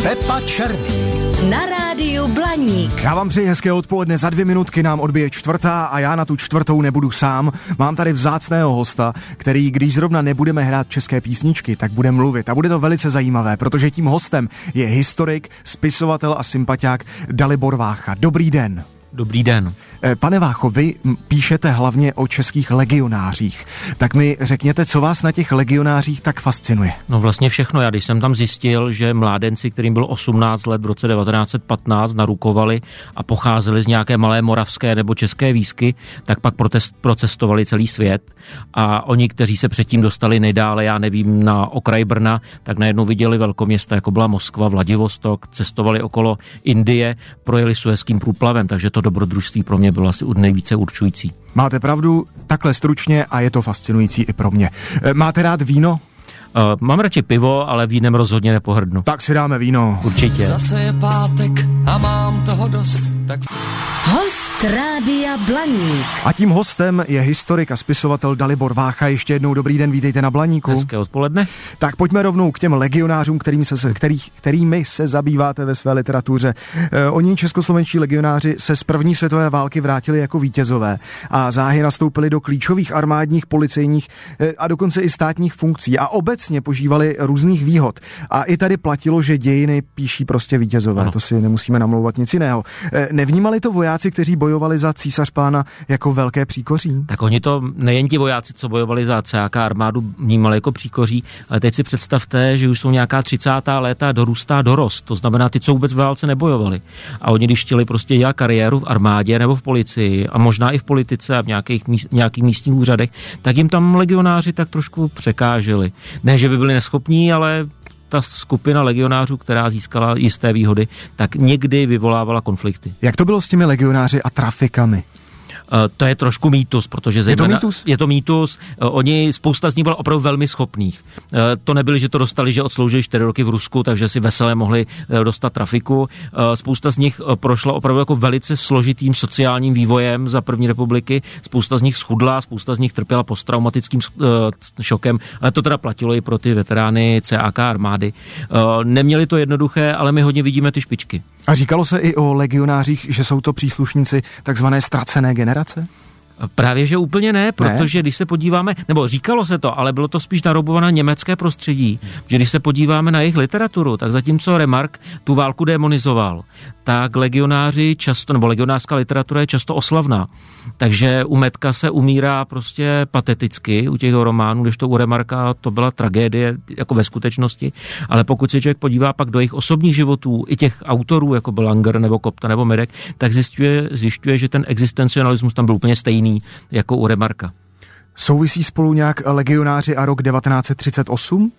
Pepa Černý. Na rádiu Blaník. Já vám přeji hezké odpoledne, za 2 minutky nám odbije 4. a já na tu 4. nebudu sám. Mám tady vzácného hosta, který, když zrovna nebudeme hrát české písničky, tak bude mluvit. A bude to velice zajímavé, protože tím hostem je historik, spisovatel a sympatiák Dalibor Vácha. Dobrý den. Dobrý den. Pane Vácho, vy píšete hlavně o českých legionářích. Tak mi řekněte, co vás na těch legionářích tak fascinuje? No vlastně všechno. Já když jsem tam zjistil, že mládenci, kterým bylo 18 let v roce 1915, narukovali a pocházeli z nějaké malé moravské nebo české výsky, tak pak procestovali celý svět. A oni, kteří se předtím dostali nejdále, já nevím, na okraj Brna, tak najednou viděli velkoměsta, jako byla Moskva, Vladivostok, cestovali okolo Indie, projeli Suezským průplavem, takže to dobrodružství pro mě bylo asi nejvíce určující. Máte pravdu, takhle stručně a je to fascinující i pro mě. Máte rád víno? Mám radši pivo, ale vínem rozhodně nepohrdnu. Tak si dáme víno. Určitě. Zase je pátek a mám toho dost, tak... Host Rádia Blaník. A tím hostem je historik a spisovatel Dalibor Vácha. Ještě jednou dobrý den, vítejte na Blaníku. Hezké odpoledne. Tak pojďme rovnou k těm legionářům, kterými se zabýváte ve své literatuře. Oni, českoslovenští legionáři, se z první světové války vrátili jako vítězové a záhy nastoupili do klíčových armádních, policejních a dokonce i státních funkcí a obecně požívali různých výhod. A i tady platilo, že dějiny píší prostě vítězové. Ano. To si nemusíme namlouvat nic jiného. Nevnímali to vojáci, kteří bojovali za císař pána, jako velké příkoří? Tak oni to, nejen ti vojáci, co bojovali za CAK armádu, vnímali jako příkoří, ale teď si představte, že už jsou nějaká 30. léta, dorůstá dorost, to znamená ty, co vůbec v válce nebojovali. A oni, když chtěli prostě dělat kariéru v armádě nebo v policii a možná i v politice a v nějakých místních úřadech, tak jim tam legionáři tak trošku překáželi. Ne, že by byli neschopní, ale ta skupina legionářů, která získala jisté výhody, tak někdy vyvolávala konflikty. Jak to bylo s těmi legionáři a trafikami? To je trošku mýtus, protože zejména... Je to mýtus? Oni, spousta z nich byla opravdu velmi schopných. To nebyli, že to dostali, že odsloužili 4 roky v Rusku, takže si veselé mohli dostat trafiku. Spousta z nich prošla opravdu jako velice složitým sociálním vývojem za první republiky. Spousta z nich schudla, spousta z nich trpěla posttraumatickým šokem, ale to teda platilo i pro ty veterány CAK armády. Neměli to jednoduché, ale my hodně vidíme ty špičky. A říkalo se i o legionářích, že jsou to příslušníci takzvané ztracené generace? Právě, že úplně ne, protože když se podíváme, nebo říkalo se to, ale bylo to spíš narobované německé prostředí, že když se podíváme na jejich literaturu, tak zatímco Remarque tu válku demonizoval, tak legionáři často, nebo legionářská literatura je často oslavná. Takže u Metka se umírá prostě pateticky u těch románů, když to u Remarquea to byla tragédie jako ve skutečnosti, ale pokud se člověk podívá pak do jejich osobních životů, i těch autorů, jako byl Langer nebo Kopta nebo Medek, tak zjišťuje, že ten existencionalismus tam byl úplně stejný jako u Remarquea. Souvisí spolu nějak legionáři a rok 1938?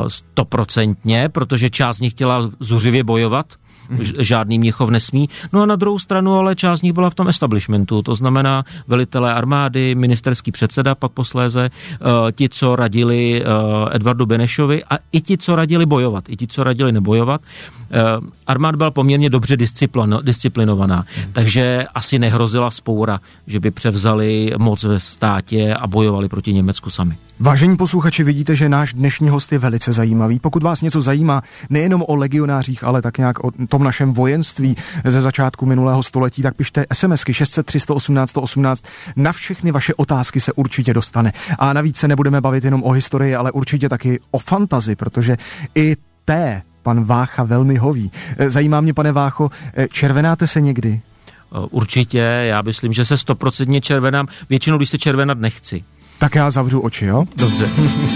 100%, protože část z nich chtěla zuřivě bojovat, žádný Mnichov nesmí. No a na druhou stranu, ale část z nich byla v tom establishmentu, to znamená velitelé armády, ministerský předseda, pak posléze ti, co radili Edvardu Benešovi a i ti, co radili bojovat, i ti, co radili nebojovat. Armáda byla poměrně dobře disciplinovaná, takže asi nehrozila vzpoura, že by převzali moc ve státě a bojovali proti Německu sami. Vážení posluchači, vidíte, že náš dnešní host je velice zajímavý. Pokud vás něco zajímá, nejenom o legionářích, ale tak nějak o tom našem vojenství ze začátku minulého století, tak pište SMSky 600 318 118. Na všechny vaše otázky se určitě dostane. A navíc se nebudeme bavit jenom o historii, ale určitě taky o fantazii, protože i pan Vácha velmi hoví. Zajímá mě, pane Vácho, červenáte se někdy? Určitě, já myslím, že se 100% červenám. Většinou, když se červenat nechci. Tak já zavřu oči, jo? Dobře.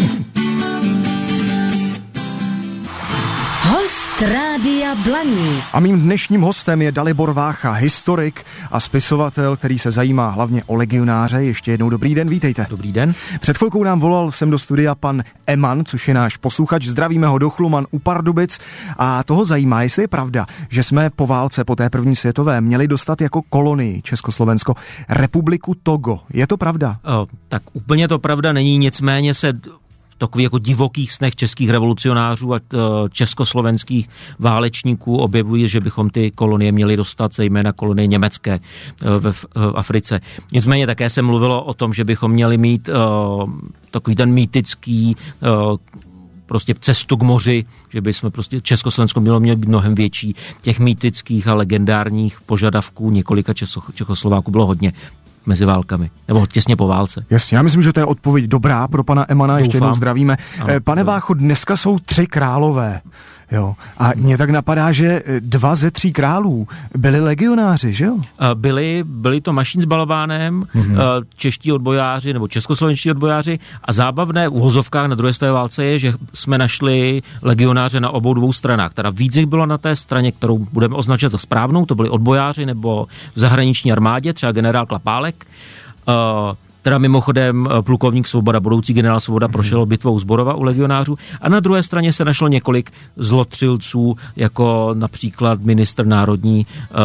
Host Rádia Blaník. A mým dnešním hostem je Dalibor Vácha, historik a spisovatel, který se zajímá hlavně o legionáře. Ještě jednou dobrý den, vítejte. Dobrý den. Před chvilkou nám volal sem do studia pan Eman, což je náš posluchač. Zdravíme ho do Chluman u Pardubic. A toho zajímá, jestli je pravda, že jsme po válce, po té první světové, měli dostat jako kolonii Československo republiku Togo. Je to pravda? Tak úplně to pravda není, nicméně se takových jako divokých snech českých revolucionářů a československých válečníků objevují, že bychom ty kolonie měli dostat, zejména kolonie německé v Africe. Nicméně také se mluvilo o tom, že bychom měli mít takový ten mýtický prostě cestu k moři, že by jsme prostě Československo mělo být mnohem větší. Těch mýtických a legendárních požadavků několika Čechoslováků bylo hodně mezi válkami, nebo těsně po válce. Jasně, já myslím, že to je odpověď dobrá pro pana Emana, ještě jednou zdravíme. Ano, pane Vácho, dneska jsou 3 králové, jo, a mě tak napadá, že 2 ze 3 králů byli legionáři, že jo? Byli to Mašín s Balabánem, čeští odbojáři, nebo českoslovenští odbojáři a zábavné v uvozovkách na druhé světové válce je, že jsme našli legionáře na obou dvou stranách. Teda víc jich bylo na té straně, kterou budeme označit za správnou, to byli odbojáři nebo v zahraniční armádě, třeba generál Klapálek, teda mimochodem plukovník Svoboda, budoucí generál Svoboda, prošel bitvou Zborova u legionářů a na druhé straně se našlo několik zlotřilců, jako například ministr národní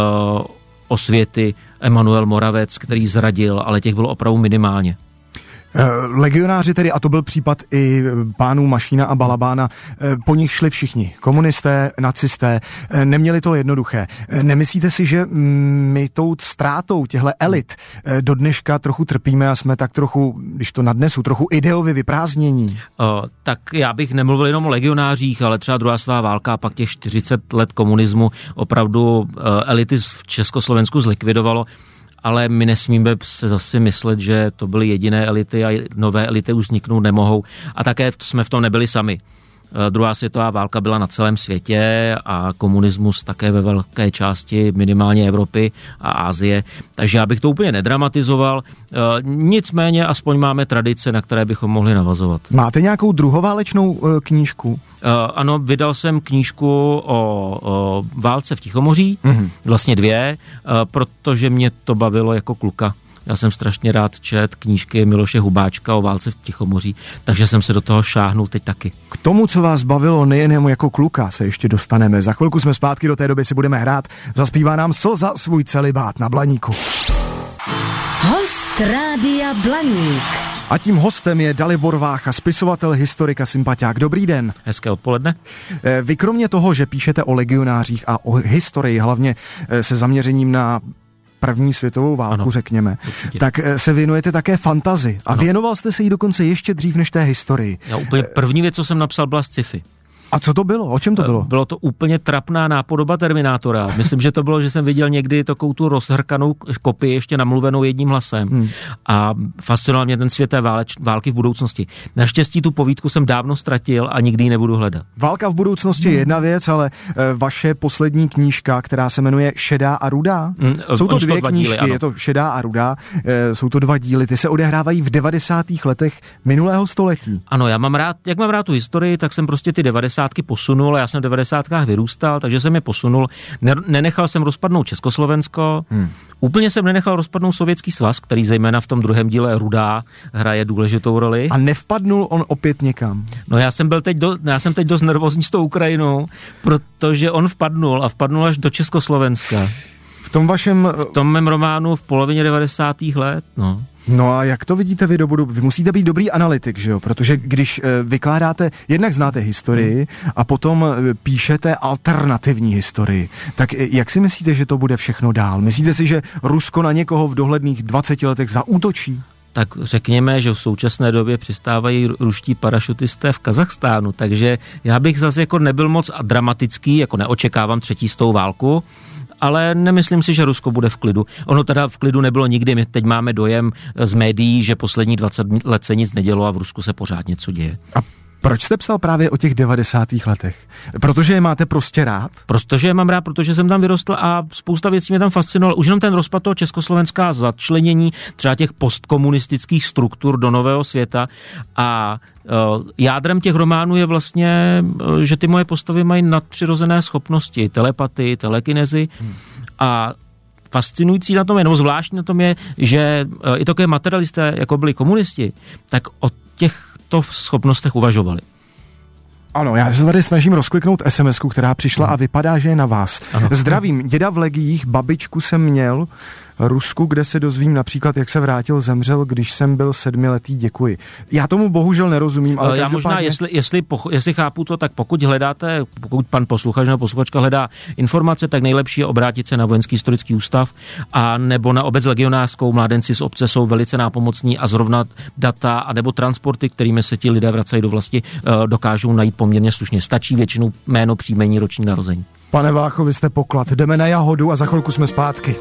osvěty Emanuel Moravec, který zradil, ale těch bylo opravdu minimálně. Legionáři tedy, a to byl případ i pánů Mašína a Balabána, po nich šli všichni. Komunisté, nacisté, neměli to jednoduché. Nemyslíte si, že my tou ztrátou těchto elit do dneška trochu trpíme a jsme tak trochu, když to nadnesu, trochu ideově vyprázdnění? Tak já bych nemluvil jenom o legionářích, ale třeba druhá světová válka a pak těch 40 let komunismu opravdu elity v Československu zlikvidovalo. Ale my nesmíme se zase myslet, že to byly jediné elity a nové elity už vzniknout nemohou. A také jsme v tom nebyli sami. Druhá světová válka byla na celém světě a komunismus také ve velké části minimálně Evropy a Asie. Takže já bych to úplně nedramatizoval. Nicméně aspoň máme tradice, na které bychom mohli navazovat. Máte nějakou druhoválečnou knížku? Ano, vydal jsem knížku o válce v Tichomoří, vlastně 2, protože mě to bavilo jako kluka. Já jsem strašně rád čet knížky Miloše Hubáčka o válce v Tichomoří, takže jsem se do toho šáhnul teď taky. K tomu, co vás bavilo nejen jako kluka, se ještě dostaneme. Za chvilku jsme zpátky, do té doby si budeme hrát. Zaspívá nám Slza svůj celibát na Blaníku. Host Rádia Blaník. A tím hostem je Dalibor Vácha, spisovatel, historik a sympatiák. Dobrý den. Hezké odpoledne. Vy kromě toho, že píšete o legionářích a o historii, hlavně se zaměřením na první světovou válku, ano, řekněme, určitě, tak se věnujete také fantazii. A věnoval jste se jí dokonce ještě dřív než té historii. Já úplně první věc, co jsem napsal, byla sci-fi. A co to bylo? O čem to bylo? Bylo to úplně trapná nápodoba Terminátora. Myslím, že to bylo, že jsem viděl někdy takovou tu rozhrkanou kopii ještě namluvenou jedním hlasem. A fascinoval mě ten svět té války v budoucnosti. Naštěstí tu povídku jsem dávno ztratil a nikdy ji nebudu hledat. Válka v budoucnosti je jedna věc, ale vaše poslední knížka, která se jmenuje Šedá a rudá. Jsou to 2 knížky, díly, je to Šedá a rudá. Jsou to 2 díly. Ty se odehrávají v 90. letech minulého století. Ano, jak mám rád tu historii, tak jsem prostě ty 90. posunul, já jsem v 90. vyrůstal, takže jsem je posunul. Nenechal jsem rozpadnout Československo, úplně jsem nenechal rozpadnout Sovětský svaz, který zejména v tom druhém díle Rudá hraje důležitou roli. A nevpadnul on opět někam? No já jsem teď dost nervózní s tou Ukrajinou, protože on vpadnul až do Československa. V tom mém románu v polovině 90. let, no. No a jak to vidíte vy do budoucna? Vy musíte být dobrý analytik, že jo? Protože když vykládáte, jednak znáte historii a potom píšete alternativní historii, tak jak si myslíte, že to bude všechno dál? Myslíte si, že Rusko na někoho v dohledných 20 letech zaútočí? Tak řekněme, že v současné době přistávají ruští parašutisté v Kazachstánu, takže já bych zase jako nebyl moc dramatický, jako neočekávám 3. světovou válku, ale nemyslím si, že Rusko bude v klidu. Ono teda v klidu nebylo nikdy. My teď máme dojem z médií, že poslední 20 let se nic nedělo a v Rusku se pořád něco děje. A proč jste psal právě o těch 90. letech? Protože je máte prostě rád? Protože je mám rád, protože jsem tam vyrostl a spousta věcí mě tam fascinoval. Už jenom ten rozpad toho Československá, začlenění třeba těch postkomunistických struktur do nového světa a jádrem těch románů je vlastně, že ty moje postavy mají nadpřirozené schopnosti, telepatii, telekinezi a fascinující na tom je, nebo zvláštní na tom je, že i takové materialisté, jako byli komunisti, tak o těchto schopnostech uvažovali. Ano, já se tady snažím rozkliknout SMS-ku, která přišla a vypadá, že je na vás. Ano. Zdravím, děda v legiích, babičku jsem měl Rusku, kde se dozvím například, jak se vrátil, zemřel, když jsem byl 7letý, děkuji. Já tomu bohužel nerozumím, ale já možná, jestli chápu to, tak pokud pan posluchač nebo posluchačka hledá informace, tak nejlepší je obrátit se na Vojenský historický ústav a nebo na obec legionářskou. Mládenci z obce jsou velice nápomocní a zrovna data a nebo transporty, kterými se ti lidé vracají do vlasti, dokážou najít poměrně slušně. Stačí většinou jméno, příjmení, roční narození. Pane Vácho, vy jste poklad. Jdeme na Jahodu a za chvilku jsme zpátky.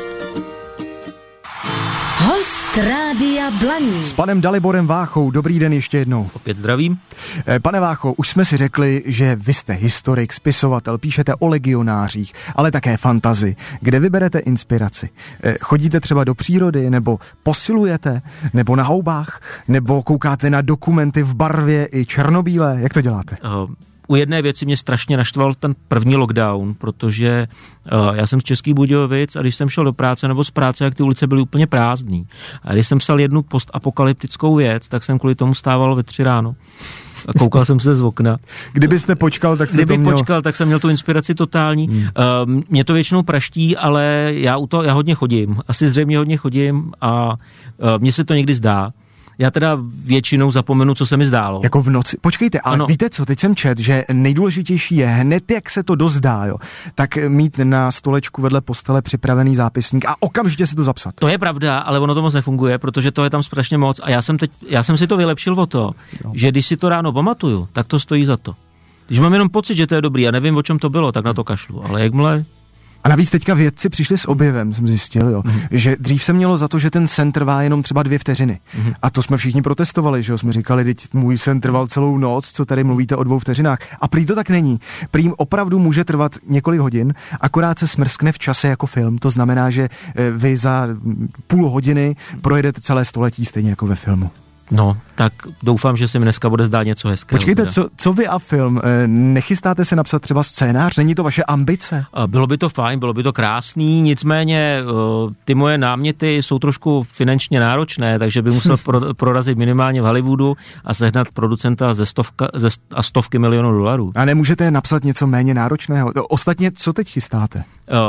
Host Rádia Blaník. S panem Daliborem Váchou. Dobrý den ještě jednou. Opět zdravím. Pane Vácho, už jsme si řekli, že vy jste historik, spisovatel, píšete o legionářích, ale také fantasy. Kde vyberete inspiraci? Chodíte třeba do přírody, nebo posilujete, nebo na houbách, nebo koukáte na dokumenty v barvě i černobílé? Jak to děláte? U jedné věci mě strašně naštval ten první lockdown, protože já jsem z Českých Budějovic a když jsem šel do práce nebo z práce, jak ty ulice byly úplně prázdný. A když jsem psal jednu postapokalyptickou věc, tak jsem kvůli tomu stával ve 3 ráno. A koukal jsem se z okna. Kdybyste počkal, tak jste to měl... počkal, tak jsem měl tu inspiraci totální. Mě to většinou praští, ale já hodně chodím. Asi zřejmě hodně chodím a mně se to někdy zdá. Já teda většinou zapomenu, co se mi zdálo. Jako v noci. Počkejte, ale ano. Víte co, teď jsem čet, že nejdůležitější je hned, jak se to dozdá, jo, tak mít na stolečku vedle postele připravený zápisník a okamžitě si to zapsat. To je pravda, ale ono to moc nefunguje, protože to je tam strašně moc a já jsem si to vylepšil o to, že když si to ráno pamatuju, tak to stojí za to. Když mám jenom pocit, že to je dobrý a nevím, o čem to bylo, tak na to kašlu, ale jakmile... A navíc teďka vědci přišli s objevem, jsem zjistil, jo, že dřív se mělo za to, že ten sen trvá jenom třeba 2 vteřiny. A to jsme všichni protestovali, že jo, jsme říkali, teď můj sen trval celou noc, co tady mluvíte o 2 vteřinách. A prý to tak není. Prý opravdu může trvat několik hodin, akorát se smrskne v čase jako film. To znamená, že vy za půl hodiny projedete celé století stejně jako ve filmu. No, tak doufám, že se mi dneska bude zdát něco hezkého. Počkejte, co vy a film? Nechystáte se napsat třeba scénář? Není to vaše ambice? Bylo by to fajn, bylo by to krásný, nicméně ty moje náměty jsou trošku finančně náročné, takže by musel prorazit minimálně v Hollywoodu a sehnat producenta ze stovky milionů dolarů. A nemůžete napsat něco méně náročného? Ostatně, co teď chystáte?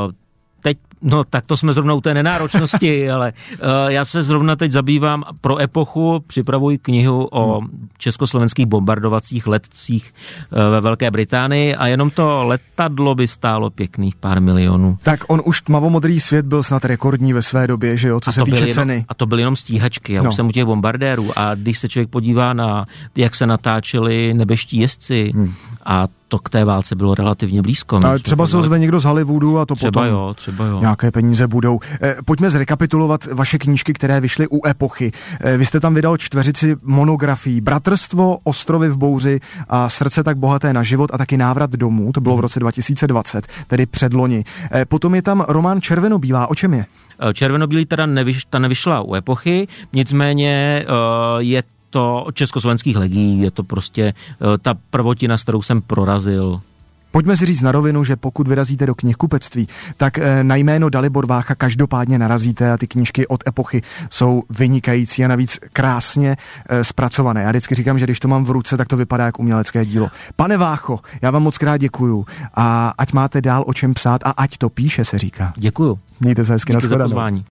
Tak to jsme zrovna u té nenáročnosti, ale já se zrovna teď zabývám pro Epochu, připravuji knihu o československých bombardovacích letcích ve Velké Británii a jenom to letadlo by stálo pěkných pár milionů. Tak on už tmavomodrý svět byl snad rekordní ve své době, že jo, co se týče ceny. A to byly jenom stíhačky, já už jsem u těch bombardérů a když se člověk podívá na, jak se natáčeli nebeští jezdci a to k té válce bylo relativně blízko. Ale třeba se ozve někdo z Hollywoodu a to třeba potom nějaké peníze budou. Pojďme zrekapitulovat vaše knížky, které vyšly u Epochy. Vy jste tam vydal 4 monografií. Bratrstvo, Ostrovy v bouři a Srdce tak bohaté na život a taky Návrat domů. To bylo v roce 2020, tedy předloni. Potom je tam román Červenobílá. O čem je? Červenobílý teda nevyšla u Epochy, nicméně je to od československých legií, je to prostě ta prvotina, s kterou jsem prorazil. Pojďme si říct na rovinu, že pokud vyrazíte do knihkupectví, tak na jméno Dalibor Vácha každopádně narazíte a ty knížky od Epochy jsou vynikající a navíc krásně zpracované. Já vždycky říkám, že když to mám v ruce, tak to vypadá jako umělecké dílo. Pane Vácho, já vám moc krát děkuju a ať máte dál o čem psát a ať to píše, se říká. Děkuju. Mějte se hezky, na shledanou.